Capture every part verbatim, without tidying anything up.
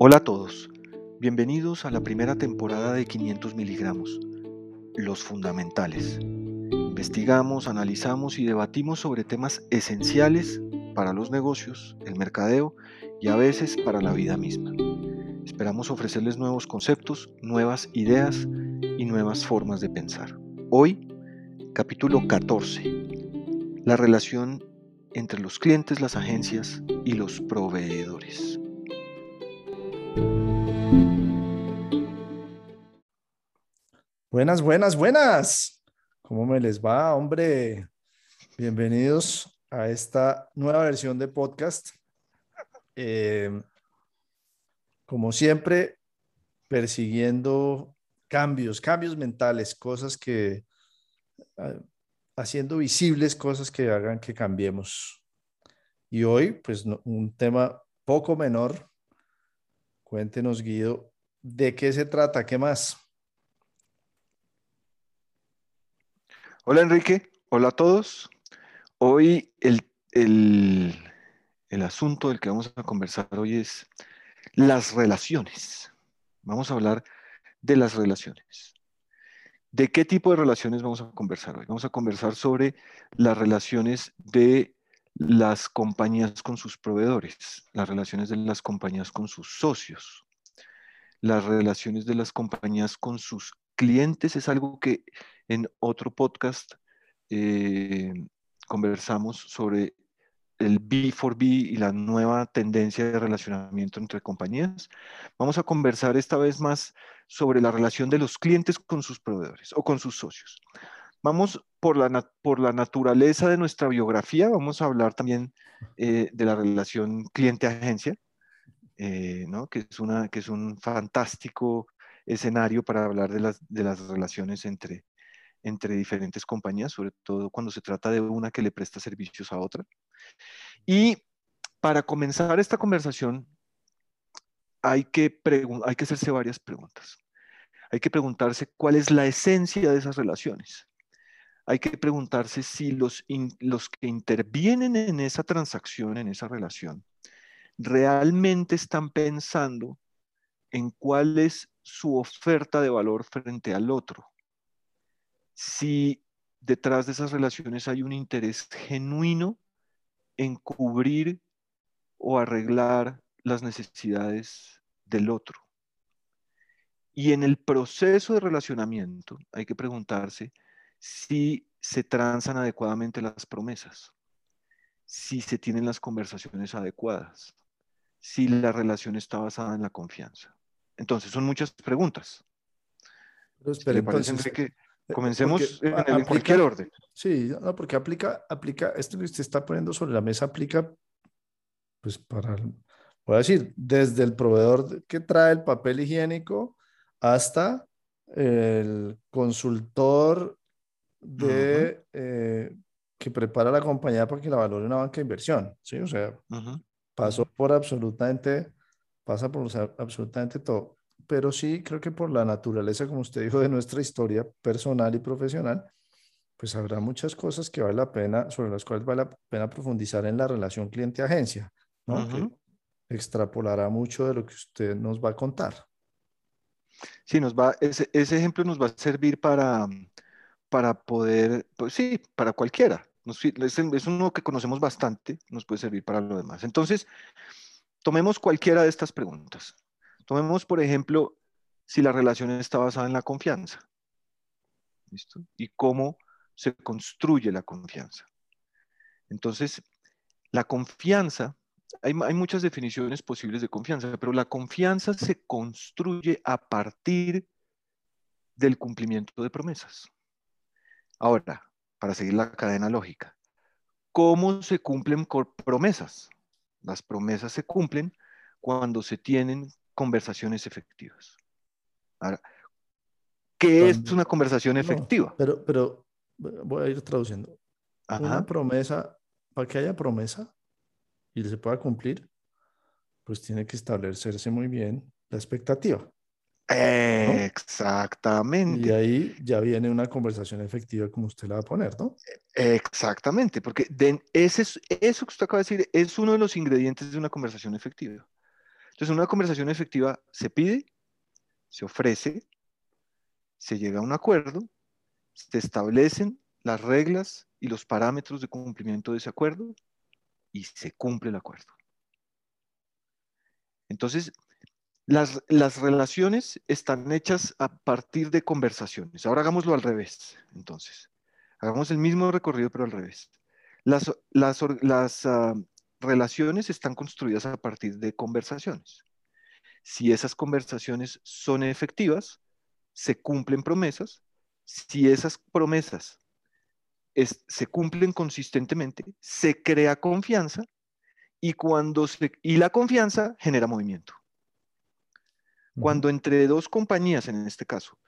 Hola a todos, bienvenidos a la primera temporada de quinientos miligramos, Los Fundamentales. Investigamos, analizamos y debatimos sobre temas esenciales para los negocios, el mercadeo y a veces para la vida misma. Esperamos ofrecerles nuevos conceptos, nuevas ideas y nuevas formas de pensar. Hoy, capítulo catorce, la relación entre los clientes, las agencias y los proveedores. Buenas, buenas, buenas. ¿Cómo me les va, hombre? Bienvenidos a esta nueva versión de podcast. Eh, como siempre, persiguiendo cambios, cambios mentales, cosas que, uh, haciendo visibles cosas que hagan que cambiemos. Y hoy, pues, no, un tema poco menor. Cuéntenos, Guido, ¿de qué se trata? ¿Qué más? Hola Enrique, hola a todos. Hoy el, el, el asunto del que vamos a conversar hoy es las relaciones. Vamos a hablar de las relaciones. ¿De qué tipo de relaciones vamos a conversar hoy? Vamos a conversar sobre las relaciones de las compañías con sus proveedores, las relaciones de las compañías con sus socios, las relaciones de las compañías con sus clientes. Es algo que en otro podcast eh, conversamos sobre el B cuatro B y la nueva tendencia de relacionamiento entre compañías. Vamos a conversar esta vez más sobre la relación de los clientes con sus proveedores o con sus socios. Vamos por la, por la naturaleza de nuestra biografía, vamos a hablar también eh, de la relación cliente-agencia, eh, ¿no? que, es una, que es un fantástico escenario para hablar de las, de las relaciones entre, entre diferentes compañías, sobre todo cuando se trata de una que le presta servicios a otra. Y para comenzar esta conversación hay que, hay que hacerse varias preguntas. Hay que preguntarse cuál es la esencia de esas relaciones. Hay que preguntarse si los, in, los que intervienen en esa transacción, en esa relación, realmente están pensando en cuál es su oferta de valor frente al otro. Si detrás de esas relaciones hay un interés genuino en cubrir o arreglar las necesidades del otro. Y en el proceso de relacionamiento hay que preguntarse si se transan adecuadamente las promesas, si se tienen las conversaciones adecuadas, si la relación está basada en la confianza. Entonces, son muchas preguntas. Pero Si espera, le parece, entonces, Enrique, eh, porque comencemos en, el, en cualquier aplica, orden. sí, no, porque aplica, aplica, esto que usted está poniendo sobre la mesa aplica, pues para, voy a decir, desde el proveedor que trae el papel higiénico hasta el consultor Uh -huh, de, eh, que prepara la compañía para que la valore una banca de inversión, ¿sí? O sea, uh -huh, uh pasó -huh. por absolutamente, pasa por o sea, absolutamente todo. Pero sí, creo que por la naturaleza, como usted dijo, de nuestra historia personal y profesional, pues habrá muchas cosas que vale la pena, sobre las cuales vale la pena profundizar en la relación cliente-agencia, ¿no? Uh-huh. Que extrapolará mucho de lo que usted nos va a contar. Sí, nos va, ese, ese ejemplo nos va a servir para, para poder, pues sí, para cualquiera. Nos, es, es uno que conocemos bastante, nos puede servir para lo demás. Entonces, tomemos cualquiera de estas preguntas. Tomemos, por ejemplo, si la relación está basada en la confianza. ¿Listo? Y cómo se construye la confianza. Entonces, la confianza, hay, hay muchas definiciones posibles de confianza, pero la confianza se construye a partir del cumplimiento de promesas. Ahora, para seguir la cadena lógica, ¿cómo se cumplen con promesas? Las promesas se cumplen cuando se tienen conversaciones efectivas. Ahora, ¿qué es Cuando, una conversación no, efectiva? pero, pero voy a ir traduciendo. Una Ajá. promesa, para que haya promesa y se pueda cumplir, pues tiene que establecerse muy bien la expectativa, ¿no? Y Exactamente, ahí ya viene una conversación efectiva como usted la va a poner, ¿no? exactamente, porque de, ese es, eso que usted acaba de decir es uno de los ingredientes de una conversación efectiva. Entonces, en una conversación efectiva se pide, se ofrece, se llega a un acuerdo, se establecen las reglas y los parámetros de cumplimiento de ese acuerdo y se cumple el acuerdo. Entonces, las, las relaciones están hechas a partir de conversaciones. Ahora hagámoslo al revés, entonces. Hagamos el mismo recorrido, pero al revés. Las, las, las uh, relaciones están construidas a partir de conversaciones. Si esas conversaciones son efectivas, se cumplen promesas. Si esas promesas es, se cumplen consistentemente, se crea confianza y, cuando se, y la confianza genera movimiento. Ujú. Cuando entre dos compañías, en este caso,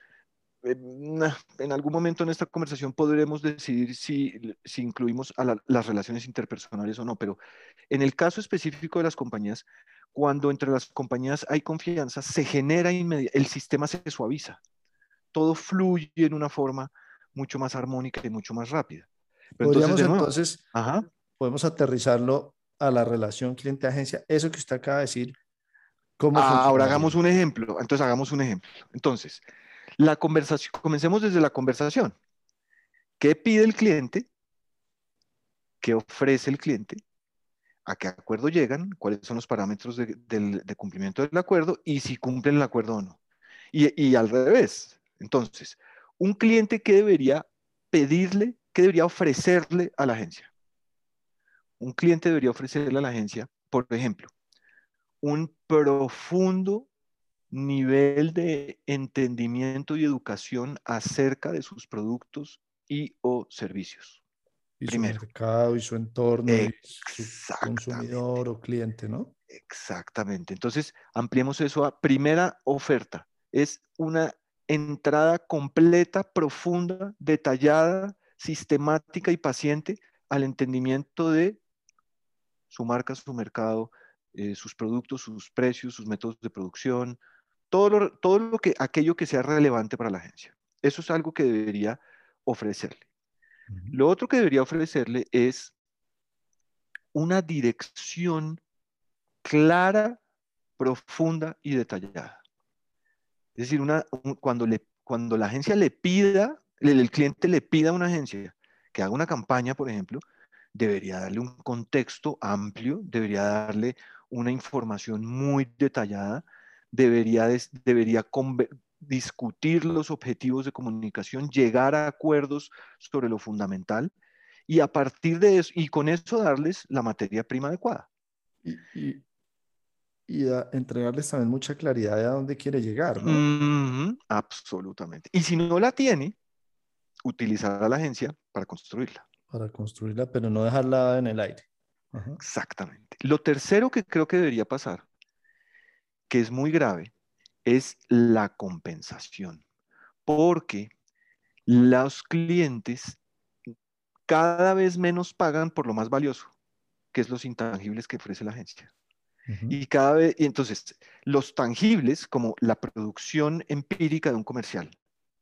en algún momento en esta conversación podremos decidir si, si incluimos a la, las relaciones interpersonales o no, pero en el caso específico de las compañías, cuando entre las compañías hay confianza, se genera inmediatamente, el sistema se suaviza, todo fluye en una forma mucho más armónica y mucho más rápida. Pero entonces, Podríamos de nuevo, entonces, ajá, podemos aterrizarlo a la relación cliente-agencia. Eso que usted acaba de decir, ¿cómo ahora funcionaría? hagamos un ejemplo, entonces hagamos un ejemplo. Entonces, la conversación, comencemos desde la conversación. ¿Qué pide el cliente? ¿Qué ofrece el cliente? ¿A qué acuerdo llegan? ¿Cuáles son los parámetros de, de, de cumplimiento del acuerdo? Y si cumplen el acuerdo o no. Y, y al revés. Entonces, un cliente que debería pedirle, que debería ofrecerle a la agencia. Un cliente debería ofrecerle a la agencia, por ejemplo, un profundo nivel de entendimiento y educación acerca de sus productos y o servicios. Y su Primero, mercado, y su entorno, y su exactamente, consumidor o cliente, ¿no? exactamente. Entonces, ampliemos eso a primera oferta. Es una entrada completa, profunda, detallada, sistemática y paciente al entendimiento de su marca, su mercado, eh, sus productos, sus precios, sus métodos de producción, todo lo, todo lo que, aquello que sea relevante para la agencia. Eso es algo que debería ofrecerle. Ujú. Lo otro que debería ofrecerle es una dirección clara, profunda y detallada. Es decir, una, un, cuando, le, cuando la agencia le pida, el, el cliente le pida a una agencia que haga una campaña, por ejemplo, debería darle un contexto amplio, debería darle una información muy detallada, debería, des, debería discutir los objetivos de comunicación, llegar a acuerdos sobre lo fundamental y a partir de eso, y con eso darles la materia prima adecuada. Y, y, y a entregarles también mucha claridad de a dónde quiere llegar, ¿no? Mm, absolutamente. Y si no la tiene, utilizar a la agencia para construirla. Para construirla, pero no dejarla en el aire. Ajá. Exactamente. Lo tercero que creo que debería pasar, que es muy grave, es la compensación, porque los clientes cada vez menos pagan por lo más valioso, que es los intangibles que ofrece la agencia. Ujú. Y cada vez, y entonces, los tangibles, como la producción empírica de un comercial,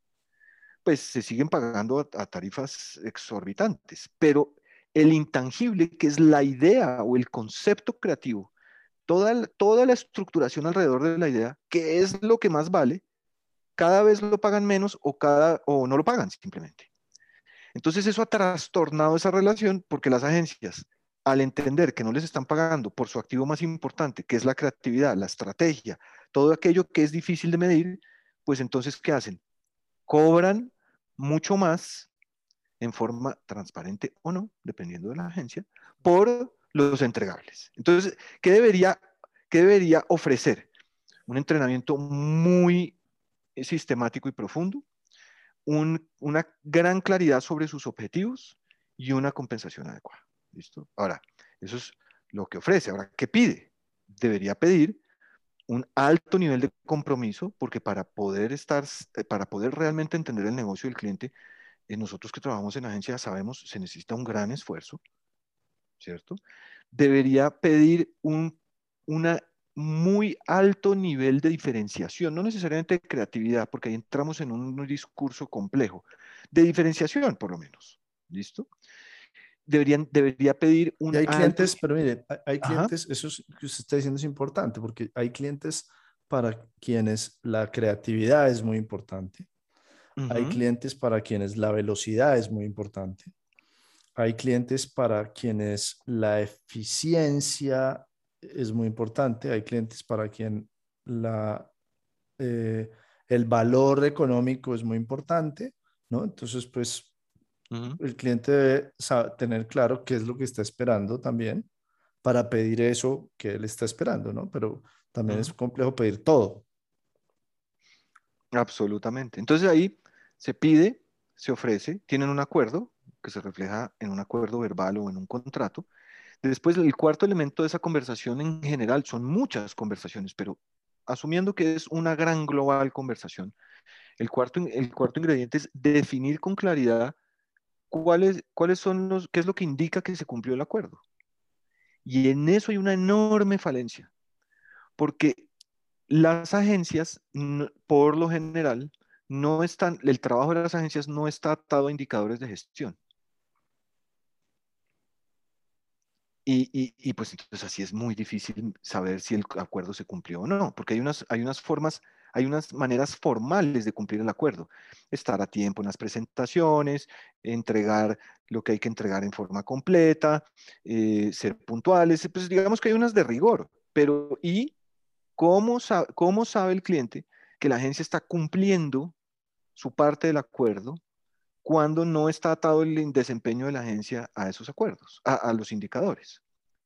pues se siguen pagando a, a tarifas exorbitantes, pero el intangible, que es la idea o el concepto creativo, toda, toda la estructuración alrededor de la idea, que es lo que más vale, cada vez lo pagan menos o, cada, o no lo pagan simplemente. Entonces eso ha trastornado esa relación porque las agencias, al entender que no les están pagando por su activo más importante, que es la creatividad, la estrategia, todo aquello que es difícil de medir, pues entonces, ¿qué hacen? Cobran mucho más en forma transparente o no, dependiendo de la agencia, por los entregables. Entonces, ¿qué debería, qué debería ofrecer? Un entrenamiento muy sistemático y profundo, un, una gran claridad sobre sus objetivos y una compensación adecuada. ¿Listo? Ahora, eso es lo que ofrece. Ahora, ¿qué pide? Debería pedir un alto nivel de compromiso, porque para poder estar, para poder realmente entender el negocio del cliente, eh, nosotros que trabajamos en agencia sabemos, se necesita un gran esfuerzo, ¿cierto? Debería pedir un una muy alto nivel de diferenciación, no necesariamente de creatividad, porque ahí entramos en un discurso complejo, de diferenciación por lo menos, ¿listo? deberían, debería pedir Y un hay alto. clientes, pero mire, hay, hay Ajá. clientes, eso es- que usted está diciendo es importante, porque hay clientes para quienes la creatividad es muy importante. Hay Ujú, clientes para quienes la velocidad es muy importante. Hay clientes para quienes la eficiencia es muy importante. Hay clientes para quien la, eh, el valor económico es muy importante, ¿no? Entonces, pues ujú, el cliente debe sa- tener claro qué es lo que está esperando también para pedir eso que él está esperando, ¿no? Pero también es ujú. complejo pedir todo. Absolutamente. Entonces ahí se pide, se ofrece, tienen un acuerdo que se refleja en un acuerdo verbal o en un contrato. Después, el cuarto elemento de esa conversación en general son muchas conversaciones, pero asumiendo que es una gran global conversación, el cuarto, in- el cuarto ingrediente es definir con claridad cuáles, cuáles son los, qué es lo que indica que se cumplió el acuerdo. Y en eso hay una enorme falencia, porque las agencias, no- por lo general, no están, el trabajo de las agencias no está atado a indicadores de gestión. Y, y- y, pues entonces así es muy difícil saber si el acuerdo se cumplió o no, porque hay unas, hay unas formas, hay unas maneras formales de cumplir el acuerdo. Estar a tiempo en las presentaciones, entregar lo que hay que entregar en forma completa, eh, ser puntuales, pues digamos que hay unas de rigor, pero ¿y cómo, sa- cómo sabe el cliente que la agencia está cumpliendo su parte del acuerdo cuando no está atado el desempeño de la agencia a esos acuerdos, a a los indicadores?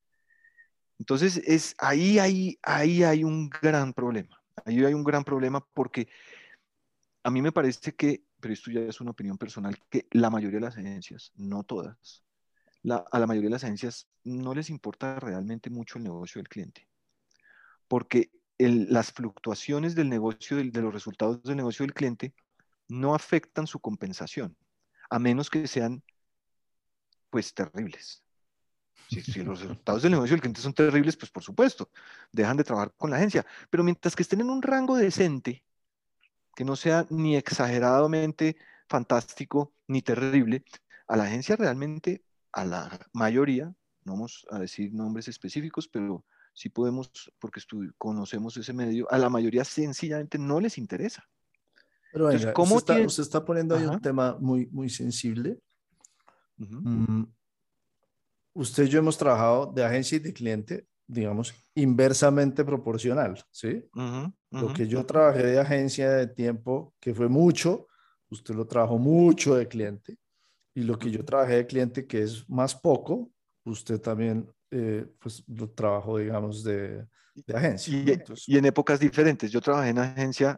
Entonces, es, ahí, ahí, ahí hay un gran problema. Ahí hay un gran problema porque a mí me parece que, pero esto ya es una opinión personal, que la mayoría de las agencias, no todas, la- a la mayoría de las agencias no les importa realmente mucho el negocio del cliente, porque el- las fluctuaciones del negocio, del- de los resultados del negocio del cliente, no afectan su compensación, a menos que sean, pues, terribles. Si, si los resultados del negocio del cliente son terribles, pues por supuesto, dejan de trabajar con la agencia. Pero mientras que estén en un rango decente, que no sea ni exageradamente fantástico ni terrible, a la agencia realmente, a la mayoría, no vamos a decir nombres específicos, pero sí podemos, porque estu- conocemos ese medio, a la mayoría sencillamente no les interesa. Pero Entonces, venga, usted ¿cómo está, tiene? usted está poniendo ahí un Ajá. tema muy, muy sensible. Ujú, Mm, usted y yo hemos trabajado de agencia y de cliente, digamos, inversamente proporcional, ¿sí? ujú, Lo ujú, que yo ujú, trabajé de agencia de tiempo, que fue mucho, usted lo trabajó mucho de cliente. Y lo que yo ujú. trabajé de cliente, que es más poco, usted también, eh, pues, lo trabajó, digamos, de, de agencia, Y, ¿no? y Entonces, y en épocas diferentes. Yo trabajé en agencia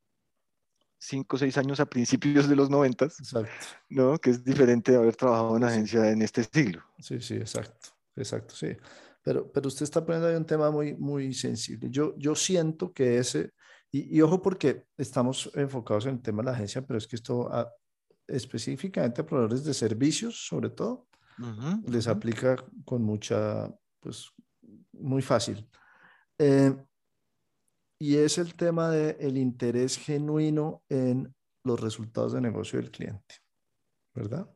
cinco o seis años a principios de los noventas, exacto. ¿no? Que es diferente de haber trabajado en Sí, sí, agencia en este siglo. sí, sí, exacto, exacto, sí. Pero, pero usted está poniendo ahí un tema muy, muy sensible. Yo, yo siento que ese, y, y ojo porque estamos enfocados en el tema de la agencia, pero es que esto a- específicamente a proveedores de servicios, sobre todo, Ujú, les ujú. aplica con mucha, pues, muy fácil. Eh, y es el tema del interés genuino en los resultados de negocio del cliente, ¿verdad?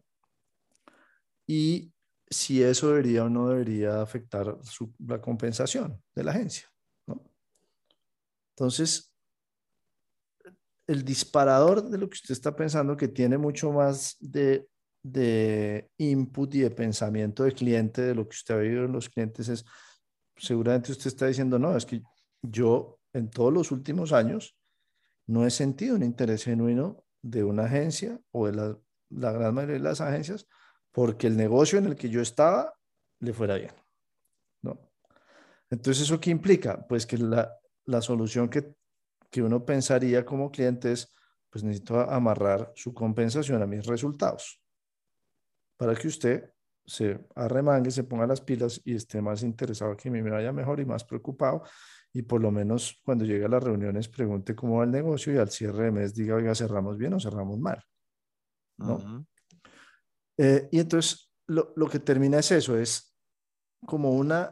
Y si eso debería o no debería afectar su- la compensación de la agencia, ¿no? Entonces, el disparador de lo que usted está pensando, que tiene mucho más de, de input y de pensamiento de cliente, de lo que usted ha vivido en los clientes, es seguramente usted está diciendo, no, es que yo en todos los últimos años no he sentido un interés genuino de una agencia o de la, la gran mayoría de las agencias porque el negocio en el que yo estaba le fuera bien, ¿no? Entonces, ¿eso qué implica? Pues que la, la solución que, que uno pensaría como cliente es, pues necesito amarrar su compensación a mis resultados para que usted se arremangue, se ponga las pilas y esté más interesado que a mí me vaya mejor y más preocupado y por lo menos cuando llegue a las reuniones pregunte cómo va el negocio y al cierre de mes diga, oiga, cerramos bien o cerramos mal, ¿no? Ujú. Eh, y entonces lo, lo que termina es eso, es como una,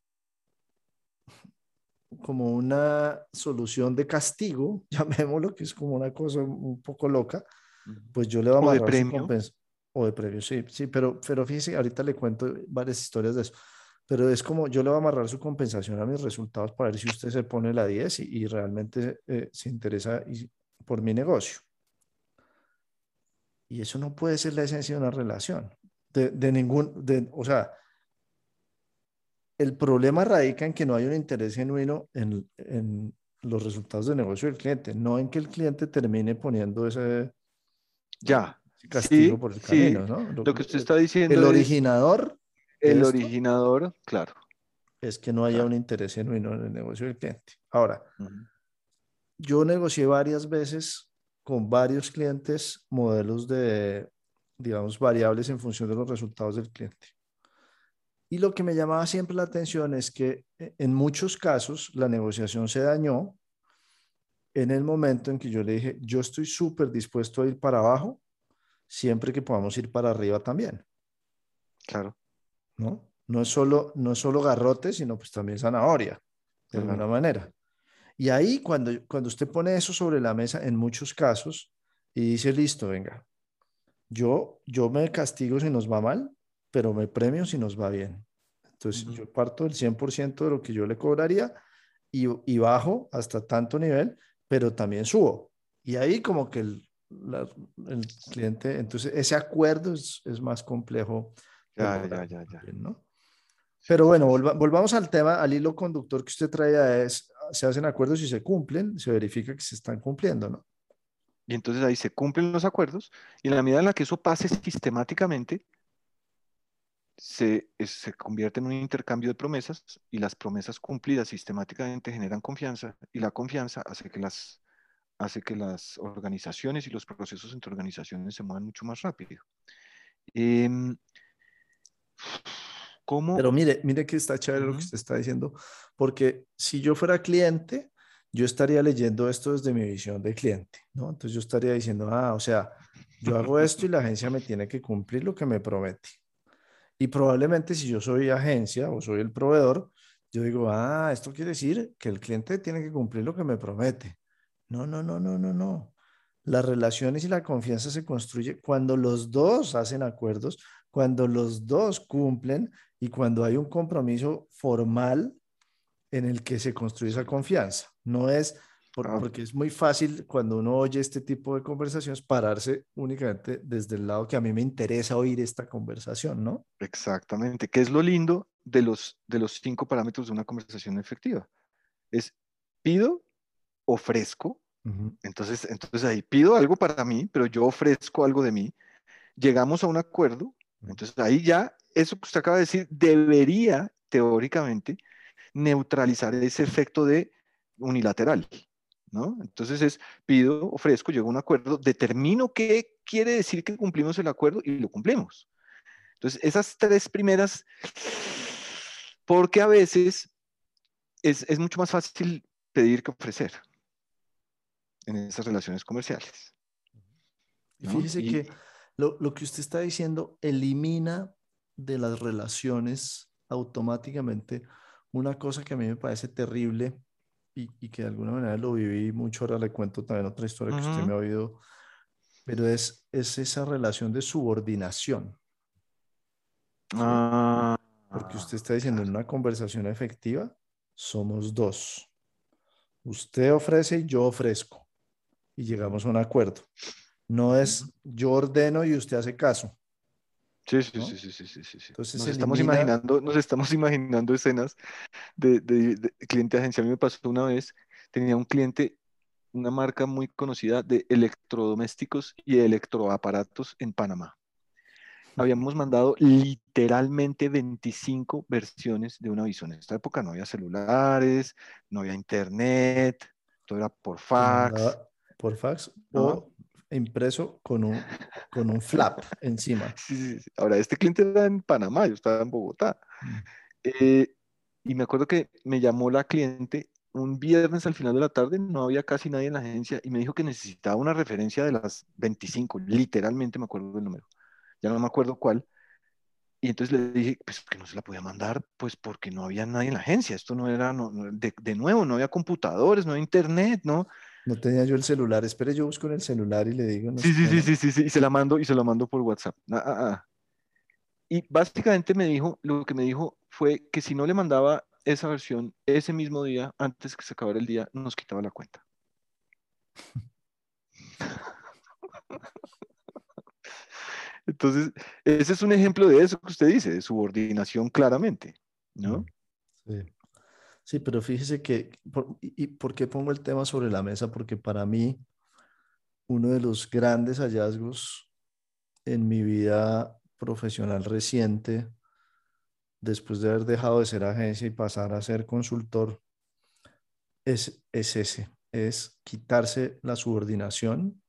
como una solución de castigo, llamémoslo, que es como una cosa un poco loca, Ujú. pues yo le voy a O de amarrar su premio. compensación. O de premios, sí, sí, pero, pero fíjese, ahorita le cuento varias historias de eso. Pero es como yo le voy a amarrar su compensación a mis resultados para ver si usted se pone la diez y, y realmente eh, se interesa y- por mi negocio. Y eso no puede ser la esencia de una relación. De, de ningún, de, o sea, el problema radica en que no hay un interés genuino en, en los resultados de negocio del cliente, no en que el cliente termine poniendo ese, Ya, ese castigo sí, por el sí. camino, ¿no? Lo- Lo que lo- usted el está el diciendo es originador de el esto originador, claro, es que no haya claro. un interés genuino en el negocio del cliente. Ahora, Ujú. yo negocié varias veces con varios clientes modelos de, digamos, variables en función de los resultados del cliente. Y lo que me llamaba siempre la atención es que eh, en muchos casos la negociación se dañó en el momento en que yo le dije, yo estoy súper dispuesto a ir para abajo siempre que podamos ir para arriba también, Claro, ¿no? No es solo, no es solo garrote, sino pues también zanahoria, de alguna claro. manera. Y ahí cuando, cuando usted pone eso sobre la mesa, en muchos casos, y dice, listo, venga, yo, yo me castigo si nos va mal, pero me premio si nos va bien. Entonces, Ujú. yo parto del cien por ciento de lo que yo le cobraría y, y bajo hasta tanto nivel, pero también subo. Y ahí como que el, la- el cliente, entonces ese acuerdo es, es más complejo de Ya, ya, lograr ya, ya. también, ¿no? Sí, Pero sí, bueno, sí, sí. volva- volvamos al tema, al hilo conductor que usted traía es, se hacen acuerdos y se cumplen, se verifica que se están cumpliendo, ¿no? Y entonces ahí se cumplen los acuerdos y en la medida en la que eso pase sistemáticamente, se, es- se convierte en un intercambio de promesas y las promesas cumplidas sistemáticamente generan confianza y la confianza hace que las, hace que las organizaciones y los procesos entre organizaciones se muevan mucho más rápido. Em, ¿cómo? Pero mire, mire que está chévere lo que Ujú. usted está diciendo, porque si yo fuera cliente, yo estaría leyendo esto desde mi visión de cliente, ¿no? Entonces yo estaría diciendo, ah, o sea, yo hago esto y la agencia me tiene que cumplir lo que me promete. Y probablemente si yo soy agencia o soy el proveedor, yo digo, ah, esto quiere decir que el cliente tiene que cumplir lo que me promete. No, no, no, no, no, no. Las relaciones y la confianza se construye cuando los dos hacen acuerdos, cuando los dos cumplen y cuando hay un compromiso formal en el que se construye esa Absolutamente. confianza. No es por- Ah, porque es muy fácil cuando uno oye este tipo de conversaciones pararse únicamente desde el lado que a mí me interesa oír esta conversación, ¿no? exactamente. ¿Qué es lo lindo de los, de los cinco parámetros de una conversación efectiva? Es pido, ofrezco. Ujú. Entonces, entonces ahí pido algo para mí, pero yo ofrezco algo de mí. Llegamos a un acuerdo. Entonces ahí ya, eso que usted acaba de decir, debería, teóricamente, neutralizar ese efecto de unilateral, ¿no? Entonces es, pido, ofrezco, llego a un acuerdo, determino qué quiere decir que cumplimos el acuerdo y lo cumplimos. Entonces, esas tres primeras, porque a veces es, es mucho más fácil pedir que ofrecer en esas relaciones comerciales, Y ¿no? fíjese Y, que lo, lo que usted está diciendo elimina de las relaciones automáticamente una cosa que a mí me parece terrible y, y que de alguna manera lo viví mucho. Ahora le cuento también otra historia que usted me ujú. ha oído, pero es, es esa relación de subordinación, ¿sí? Ah, Porque ah, usted está diciendo en claro. una conversación efectiva, somos dos. Usted ofrece y yo ofrezco y Ujú, llegamos a un acuerdo. No ujú. es yo ordeno y usted hace caso, Sí, sí, sí, ¿no? sí, sí, sí, sí, sí. Entonces Nos se estamos elimina. imaginando, nos estamos imaginando escenas de, de, de cliente de agencia. A mí me pasó una vez, tenía un cliente, una marca muy conocida de electrodomésticos y electroaparatos en Panamá. Habíamos mandado literalmente veinticinco versiones de un aviso. En esta época no había celulares, no había internet, todo era por Se fax, mandaba por fax ¿no? o impreso con un, con un flap encima. Sí, sí, sí. Ahora, este cliente era en Panamá, yo estaba en Bogotá. Mm. Eh, y me acuerdo que me llamó la cliente un viernes al final de la tarde, no había casi nadie en la agencia y me dijo que necesitaba una referencia de las veinticinco, literalmente me acuerdo del número, ya no me acuerdo cuál. Y entonces le dije, pues que no se la podía mandar, pues porque no había nadie en la agencia, esto no era, no- no- de, de nuevo, no había computadores, no había internet, ¿no? No tenía yo el celular. Espere, yo busco en el celular y le digo, no Sí, sé sí, qué. sí, No. sí, sí, sí, y se la mando y se lo mando por WhatsApp. Ah, ah, ah. Y básicamente me dijo, lo que me dijo fue que si no le mandaba esa versión ese mismo día, antes que se acabara el día, nos quitaba la cuenta. Entonces, ese es un ejemplo de eso que usted dice, de subordinación claramente, Mm, ¿no? sí. Sí, pero fíjese que, por- y, y por qué pongo el tema sobre la mesa? Porque para mí, uno de los grandes hallazgos en mi vida profesional reciente, después de haber dejado de ser agencia y pasar a ser consultor, es, es ese, es quitarse la subordinación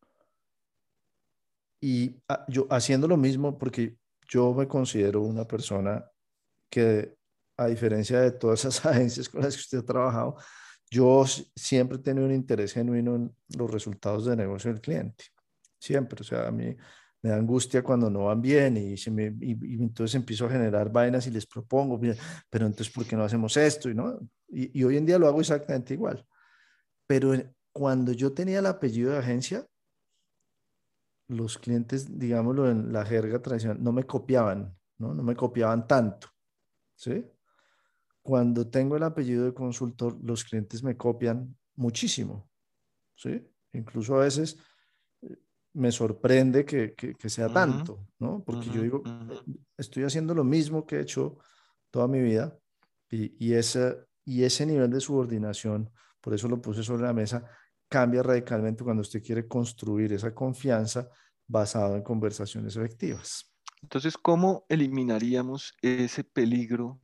y ah, yo haciendo lo mismo porque yo me considero una persona que, a diferencia de todas esas agencias con las que usted ha trabajado, yo s- siempre he tenido un interés genuino en los resultados de negocio del cliente. Siempre, o sea, a mí me da angustia cuando no van bien y, se me, y, y entonces empiezo a generar vainas y les propongo, "Mira, pero entonces, ¿por qué no hacemos esto?" Y, ¿no? y, y hoy en día lo hago exactamente igual. Pero en- cuando yo tenía el apellido de agencia, los clientes, digámoslo en la jerga tradicional, no me copiaban, ¿no? No me copiaban tanto, ¿sí? Cuando tengo el apellido de consultor, los clientes me copian muchísimo, ¿sí? Incluso a veces eh, me sorprende que, que, que sea Ujú, tanto, ¿no? Porque ujú, yo digo, ujú. eh, estoy haciendo lo mismo que he hecho toda mi vida y, y, esa, y ese nivel de subordinación, por eso lo puse sobre la mesa, cambia radicalmente cuando usted quiere construir esa confianza basado en conversaciones efectivas. Entonces, ¿cómo eliminaríamos ese peligro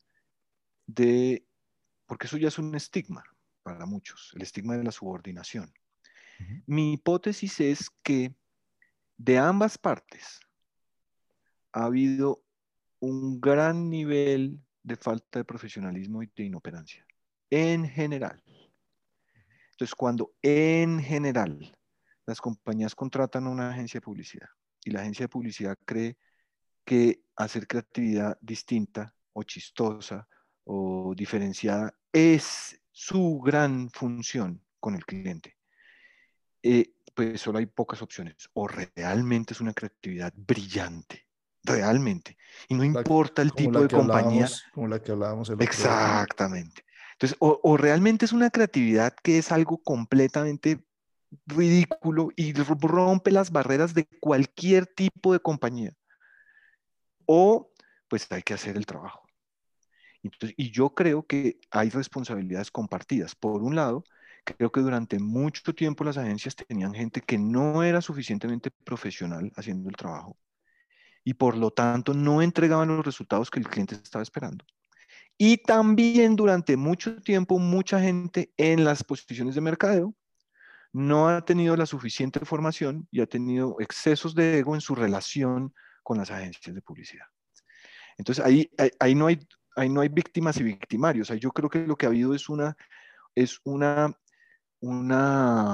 de, porque eso ya es un estigma para muchos, el estigma de la subordinación? Ujú. Mi hipótesis es que de ambas partes ha habido un gran nivel de falta de profesionalismo y de inoperancia, en general. Entonces, cuando en general las compañías contratan a una agencia de publicidad y la agencia de publicidad cree que hacer creatividad distinta o chistosa o diferenciada es su gran función con el cliente, eh, pues solo hay pocas opciones. O realmente es una creatividad brillante, realmente. Y no La que- importa el como tipo la de que compañía, hablábamos, como la que hablábamos el otro día. exactamente. Entonces, o, o realmente es una creatividad que es algo completamente ridículo y rompe las barreras de cualquier tipo de compañía. O pues hay que hacer el trabajo. Entonces, y yo creo que hay responsabilidades compartidas. Por un lado, creo que durante mucho tiempo las agencias tenían gente que no era suficientemente profesional haciendo el trabajo y por lo tanto no entregaban los resultados que el cliente estaba esperando. Y también durante mucho tiempo mucha gente en las posiciones de mercadeo no ha tenido la suficiente formación y ha tenido excesos de ego en su relación con las agencias de publicidad. Entonces ahí, ahí, ahí no hay, ahí no hay víctimas y victimarios. Ahí yo creo que lo que ha habido es una, es una, una,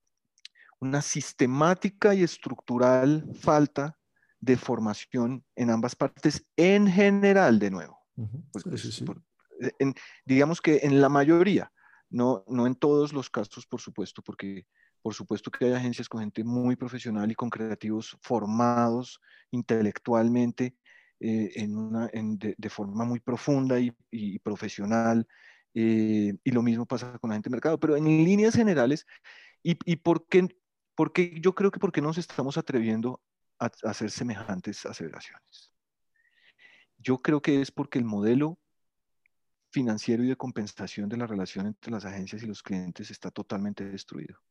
una sistemática y estructural falta de formación en ambas partes en general, de nuevo. Ujú. Pues, Sí, sí, pues, sí. por- en- digamos que en la mayoría, no, no en todos los casos, por supuesto, porque por supuesto que hay agencias con gente muy profesional y con creativos formados intelectualmente eh, en una, en- de, de forma muy profunda y, y profesional, eh, y lo mismo pasa con la gente de mercado, pero en líneas generales, ¿y, y por qué, por qué? Yo creo que porque nos estamos atreviendo a, a hacer semejantes aseveraciones. Yo creo que es porque el modelo financiero y de compensación de la relación entre las agencias y los clientes está totalmente destruido.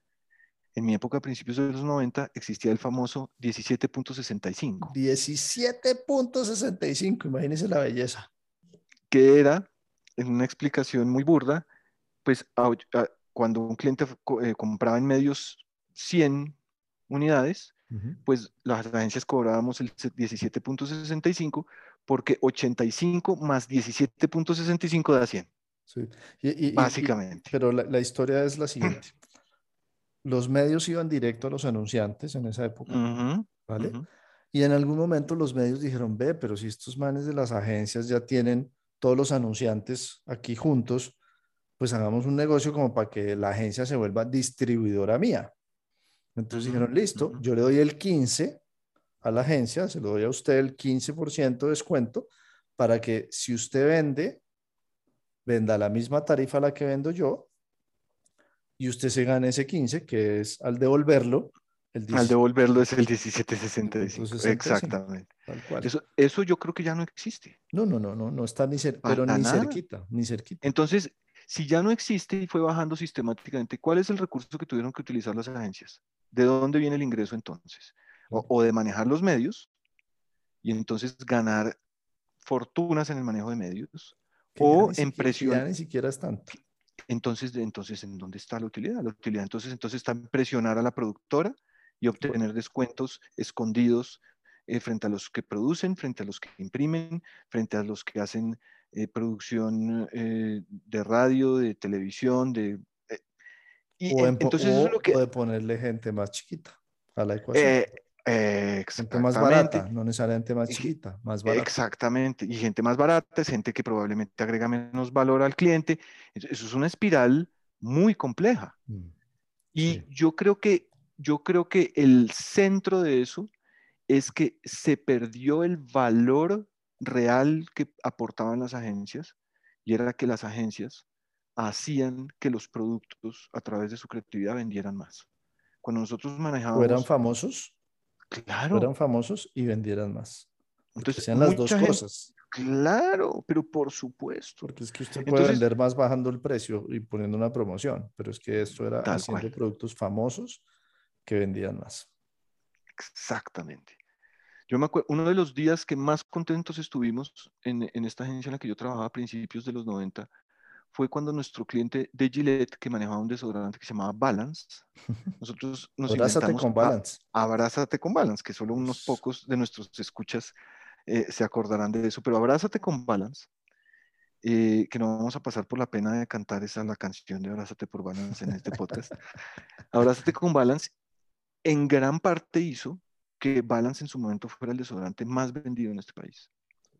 En mi época, a principios de los noventa, existía el famoso diecisiete punto sesenta y cinco, Diecisiete punto sesenta y cinco, imagínese la belleza. que era, en una explicación muy burda, pues a- a- cuando un cliente co- eh, compraba en medios cien unidades, Ujú. pues las agencias cobrábamos el diecisiete punto sesenta y cinco porque ochenta y cinco más diecisiete punto sesenta y cinco da cien, Sí. Y, y- y- y- básicamente. pero la, la historia es la siguiente. Los medios iban directo a los anunciantes en esa época, Ujú, ¿vale? ujú. Y en algún momento los medios dijeron, ve, pero si estos manes de las agencias ya tienen todos los anunciantes aquí juntos, pues hagamos un negocio como para que la agencia se vuelva distribuidora mía. Entonces Ujú, dijeron, listo, ujú. yo le doy el quince a la agencia, se lo doy a usted el quince por ciento de descuento para que si usted vende, venda la misma tarifa a la que vendo yo y usted se gane ese quince, que es al devolverlo, el Al diecisiete devolverlo es el diecisiete sesenta y cinco. sesenta y cinco, Exactamente. tal cual. Eso, eso yo creo que ya no existe. No, no, no, no, no está ni cer pero Para ni nada. cerquita, ni cerquita. Entonces, si ya no existe y fue bajando sistemáticamente, ¿cuál es el recurso que tuvieron que utilizar las agencias? ¿De dónde viene el ingreso entonces? O, o de manejar los medios y entonces ganar fortunas en el manejo de medios, Que ya o ni en siquiera, que ya presión. ni siquiera es tanto. Entonces, de- entonces, ¿en dónde está la utilidad? La utilidad entonces, entonces está en presionar a la productora y Bueno, obtener descuentos escondidos eh, frente a los que producen, frente a los que imprimen, frente a los que hacen eh, producción eh, de radio, de televisión, de... eh, y o, en- en po- entonces eso es lo o, que... o de ponerle gente más chiquita a la ecuación. eh, eh, Gente más exactamente. barata, no necesariamente más y ge- chiquita, más barata. Exactamente. Y gente más barata es gente que probablemente agrega menos valor al cliente. Eso eso es una espiral muy compleja. Mm, Y sí. yo creo que, yo creo que el centro de eso es que se perdió el valor real que aportaban las agencias y era que las agencias hacían que los productos a través de su creatividad vendieran más. Cuando nosotros Fueran manejábamos, famosos, claro, fueran famosos y vendieran más. Porque entonces hacían las dos mucha gente, cosas. claro, pero por supuesto. Porque es que usted puede Entonces, vender más bajando el precio y poniendo una promoción, pero es que esto era tal cual, haciendo productos famosos que vendían más. exactamente. Yo me acuerdo, uno de los días que más contentos estuvimos en, en esta agencia en la que yo trabajaba a principios de los noventa fue cuando nuestro cliente de Gillette, que manejaba un desodorante que se llamaba Balance, nosotros nos Abrázate inventamos con a, Balance. Abrázate con Balance, que solo unos Pues, pocos de nuestros escuchas eh, se acordarán de eso, pero Abrázate con Balance, eh, que no vamos a pasar por la pena de cantar esa la canción de Abrázate por Balance en este podcast. Abrázate con Balance en gran parte hizo que Balance en su momento fuera el desodorante más vendido en este país.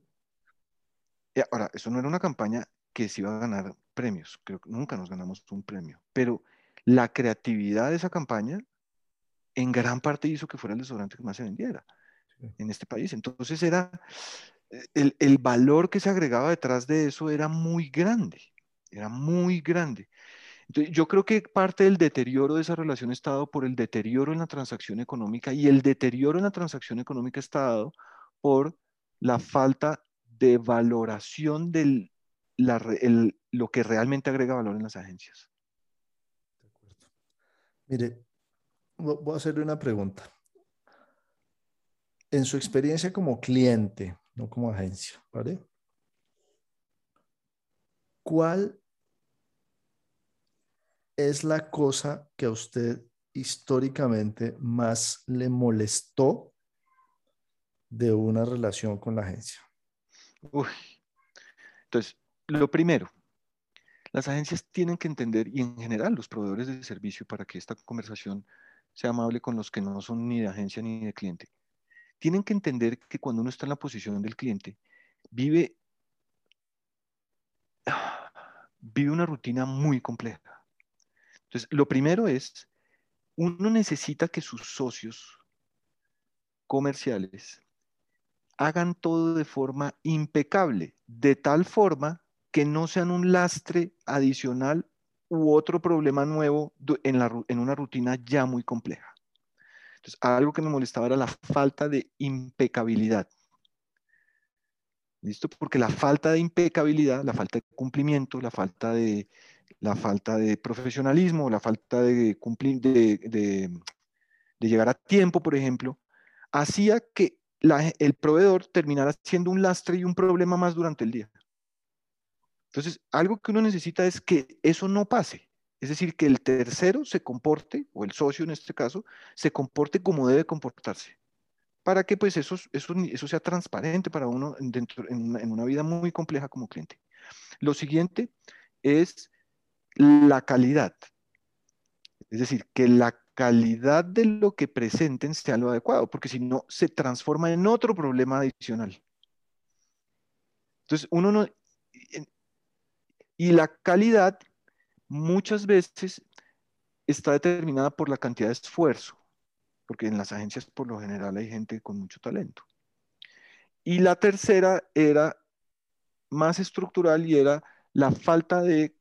Y ahora, eso no era una campaña que se iba a ganar premios, creo que nunca nos ganamos un premio, pero la creatividad de esa campaña en gran parte hizo que fuera el desodorante que más se vendiera sí. en este país. Entonces era, el, el valor que se agregaba detrás de eso era muy grande, era muy grande. Entonces, yo creo que parte del deterioro de esa relación está dado por el deterioro en la transacción económica y el deterioro en la transacción económica está dado por la falta de valoración de lo que realmente agrega valor en las agencias. De acuerdo. Mire, vo- voy a hacerle una pregunta. En su experiencia como cliente, no como agencia, ¿vale? ¿Cuál es la cosa que a usted históricamente más le molestó de una relación con la agencia? Uy, entonces, lo primero, las agencias tienen que entender, y en general los proveedores de servicio, para que esta conversación sea amable con los que no son ni de agencia ni de cliente, tienen que entender que cuando uno está en la posición del cliente, vive, vive una rutina muy compleja. Entonces, lo primero es, uno necesita que sus socios comerciales hagan todo de forma impecable, de tal forma que no sean un lastre adicional u otro problema nuevo en, la, en una rutina ya muy compleja. Entonces, algo que me molestaba era la falta de impecabilidad. ¿Listo? Porque la falta de impecabilidad, la falta de cumplimiento, la falta de, la falta de profesionalismo, la falta de, cumplir, de, de, de llegar a tiempo, por ejemplo, hacía que la, el proveedor terminara siendo un lastre y un problema más durante el día. Entonces, algo que uno necesita es que eso no pase. Es decir, que el tercero se comporte, o el socio en este caso, se comporte como debe comportarse, para que pues eso, eso, eso sea transparente para uno dentro, en, una, en una vida muy compleja como cliente. Lo siguiente es la calidad, es decir, que la calidad de lo que presenten sea lo adecuado, porque si no, se transforma en otro problema adicional. Entonces, uno no... Y la calidad muchas veces está determinada por la cantidad de esfuerzo, porque en las agencias por lo general hay gente con mucho talento. Y la tercera era más estructural y era la falta de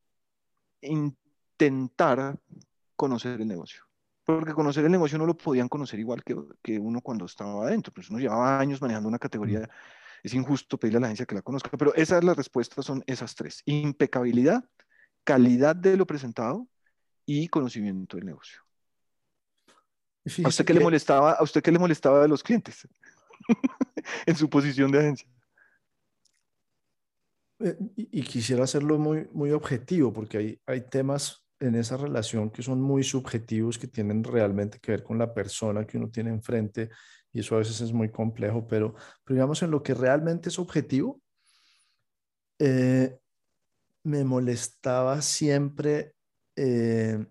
intentar conocer el negocio. Porque conocer el negocio no lo podían conocer igual que, que uno cuando estaba adentro. Pues uno llevaba años manejando una Mm. categoría. Es injusto pedirle a la agencia que la conozca, pero esas las respuestas son esas tres: impecabilidad, calidad de lo presentado y conocimiento del negocio. Y ¿A usted fíjese qué le que, molestaba, a usted qué le molestaba de los clientes en su posición de agencia? eh, y, y quisiera hacerlo muy, muy objetivo, porque hay, hay temas en esa relación que son muy subjetivos, que tienen realmente que ver con la persona que uno tiene enfrente, y eso a veces es muy complejo, pero, pero digamos en lo que realmente es objetivo, eh, me molestaba siempre eh,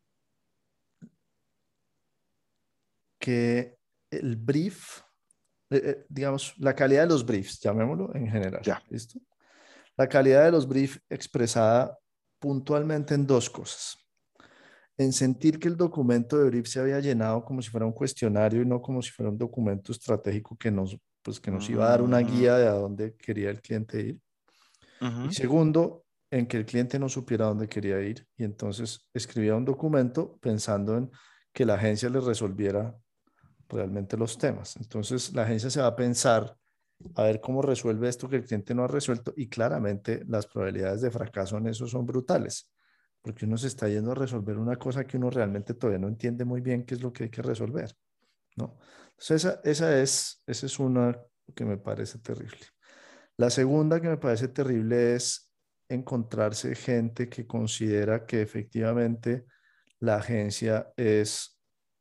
que el brief, eh, eh, digamos, la calidad de los briefs, llamémoslo en general, Ya. ¿listo? La calidad de los briefs expresada puntualmente en dos cosas. En sentir que el documento de brief se había llenado como si fuera un cuestionario y no como si fuera un documento estratégico que nos, pues, que nos iba a dar una Ujú, guía de a dónde quería el cliente ir. Y ujú, segundo, en que el cliente no supiera dónde quería ir y entonces escribía un documento pensando en que la agencia le resolviera realmente los temas. Entonces la agencia se va a pensar a ver cómo resuelve esto que el cliente no ha resuelto y claramente las probabilidades de fracaso en eso son brutales, porque uno se está yendo a resolver una cosa que uno realmente todavía no entiende muy bien qué es lo que hay que resolver, ¿no? Entonces esa, esa es, esa es una que me parece terrible. La segunda que me parece terrible es encontrarse gente que considera que efectivamente la agencia es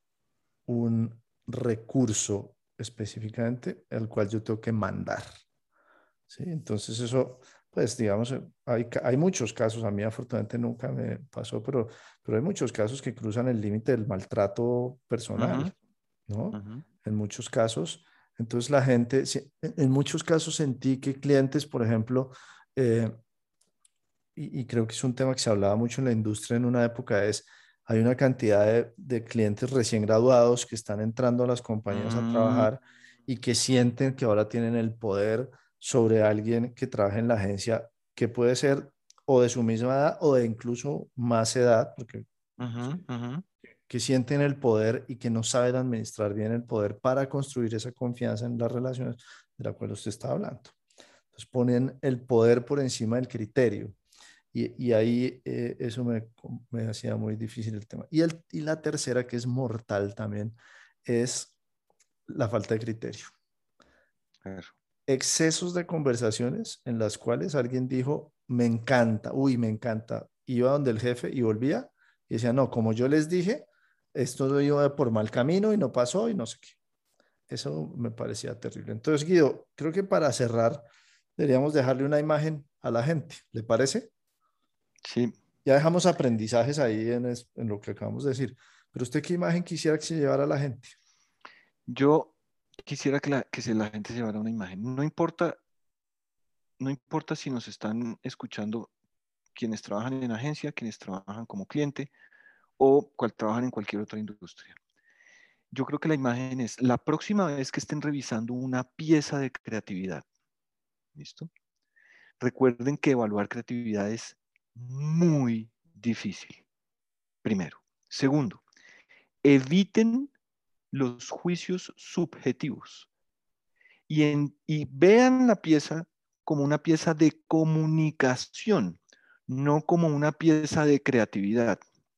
un recurso específicamente al cual yo tengo que mandar. ¿Sí? Entonces eso, pues digamos, eh, hay, hay muchos casos, a mí afortunadamente nunca me pasó, pero, pero hay muchos casos que cruzan el límite del maltrato ujú, personal, ¿no? ujú, En muchos casos. Entonces la gente, sí, en en muchos casos sentí que clientes, por ejemplo, eh, y, y creo que es un tema que se hablaba mucho en la industria en una época, es, hay una cantidad de, de clientes recién graduados que están entrando a las compañías a mm, trabajar y que sienten que ahora tienen el poder sobre alguien que trabaja en la agencia, que puede ser o de su misma edad o de incluso más edad, porque ujú, sí, ujú. que sienten el poder y que no saben administrar bien el poder para construir esa confianza en las relaciones de la cual usted está hablando. Entonces ponen el poder por encima del criterio. Y, y ahí eh, eso me, me hacía muy difícil el tema. Y, el, y la tercera, que es mortal también, es la falta de criterio. Claro. Excesos de conversaciones en las cuales alguien dijo, me encanta, uy, me encanta. Iba donde el jefe y volvía y decía, no, como yo les dije, esto iba por mal camino y no pasó y no sé qué. Eso me parecía terrible. Entonces, Guido, creo que para cerrar, deberíamos dejarle una imagen a la gente. ¿Le parece? Sí, Ya dejamos aprendizajes ahí en, es- en lo que acabamos de decir. Pero usted, ¿qué imagen quisiera que se llevara la gente? yo quisiera que la, que se, la gente se llevara una imagen. No importa, no importa si nos están escuchando quienes trabajan en agencia, quienes trabajan como cliente o cual trabajan en cualquier otra industria. Yo creo que la imagen es la próxima vez que estén revisando una pieza de creatividad. ¿Listo? Recuerden que evaluar creatividad es muy difícil, primero. Segundo, eviten los juicios subjetivos y, en, y vean la pieza como una pieza de comunicación, no como una pieza de creatividad.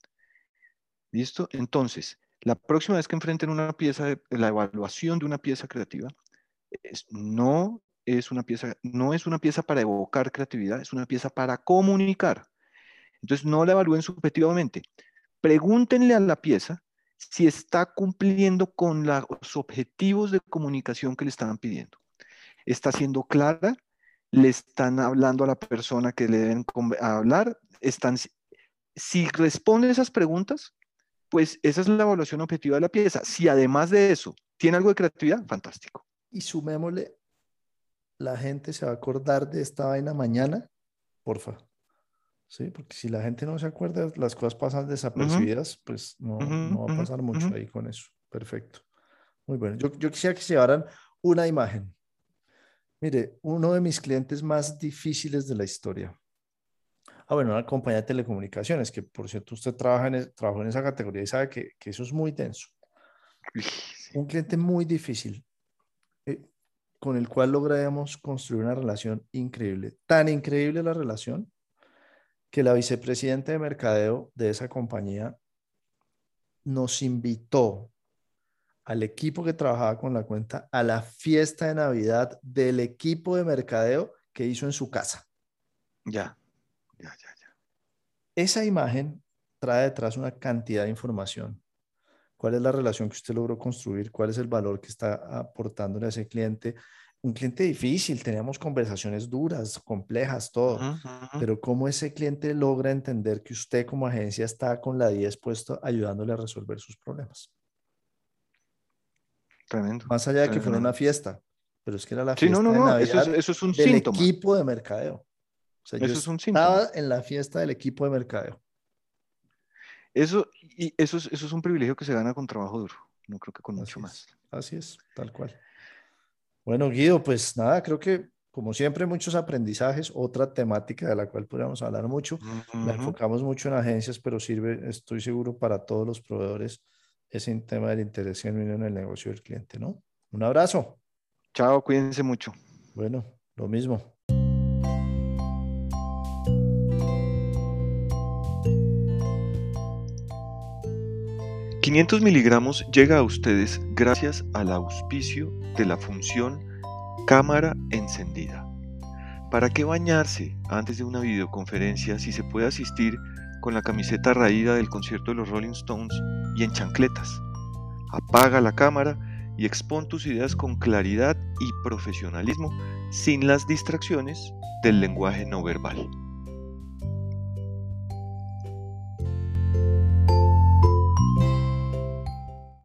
¿Listo? Entonces, la próxima vez que enfrenten una pieza, de, la evaluación de una pieza creativa, es, no, es una pieza, no es una pieza para evocar creatividad, es una pieza para comunicar. Entonces, no la evalúen subjetivamente. Pregúntenle a la pieza si está cumpliendo con los objetivos de comunicación que le estaban pidiendo. ¿Está siendo clara? ¿Le están hablando a la persona que le deben hablar? ¿Están, si responde esas preguntas, pues esa es la evaluación objetiva de la pieza. Si además de eso tiene algo de creatividad, fantástico. Y sumémosle, la gente se va a acordar de esta vaina mañana, porfa. ¿sí? Porque si la gente no se acuerda, las cosas pasan Ujú, desapercibidas, pues no, ujú, no va a ujú, pasar ujú. mucho ahí con eso. Perfecto. Muy bueno. Yo, yo quisiera que se llevaran una imagen. Mire, uno de mis clientes más difíciles de la historia. Ah, bueno, una compañía de telecomunicaciones, que por cierto usted trabaja en, es- trabajó en esa categoría y sabe que, que eso es muy denso. Uy, sí. Un cliente muy difícil, eh, con el cual logramos construir una relación increíble. Tan increíble la relación que la vicepresidenta de mercadeo de esa compañía nos invitó al equipo que trabajaba con la cuenta a la fiesta de Navidad del equipo de mercadeo que hizo en su casa. Ya, ya, ya, ya. Esa imagen trae detrás una cantidad de información. ¿Cuál es la relación que usted logró construir? ¿Cuál es el valor que está aportándole a ese cliente? Un cliente difícil, teníamos conversaciones duras, complejas, todo, Ujú, ujú. pero cómo ese cliente logra entender que usted como agencia está con la diez puesto ayudándole a resolver sus problemas. Tremendo, Más allá de que fuera una tremendo. fiesta, pero es que era la Sí, no, fiesta no, de no, eso es, Navidad eso es un del síntoma, equipo de mercadeo. O sea, yo eso es un síntoma. estaba en la fiesta del equipo de mercadeo. Eso, y eso es, eso es un privilegio que se gana con trabajo duro, no creo que con mucho Así más. es, así es, tal cual. Bueno, Guido, pues nada, creo que como siempre muchos aprendizajes, otra temática de la cual podríamos hablar mucho. La Ujú. enfocamos mucho en agencias, pero sirve, estoy seguro, para todos los proveedores ese tema del interés genuino en el negocio del cliente, ¿no? Un abrazo. Chao, cuídense mucho. Bueno, lo mismo. quinientos miligramos llega a ustedes gracias al auspicio de la función cámara encendida. ¿Para qué bañarse antes de una videoconferencia si se puede asistir con la camiseta raída del concierto de los Rolling Stones y en chancletas? Apaga la cámara y expón tus ideas con claridad y profesionalismo sin las distracciones del lenguaje no verbal.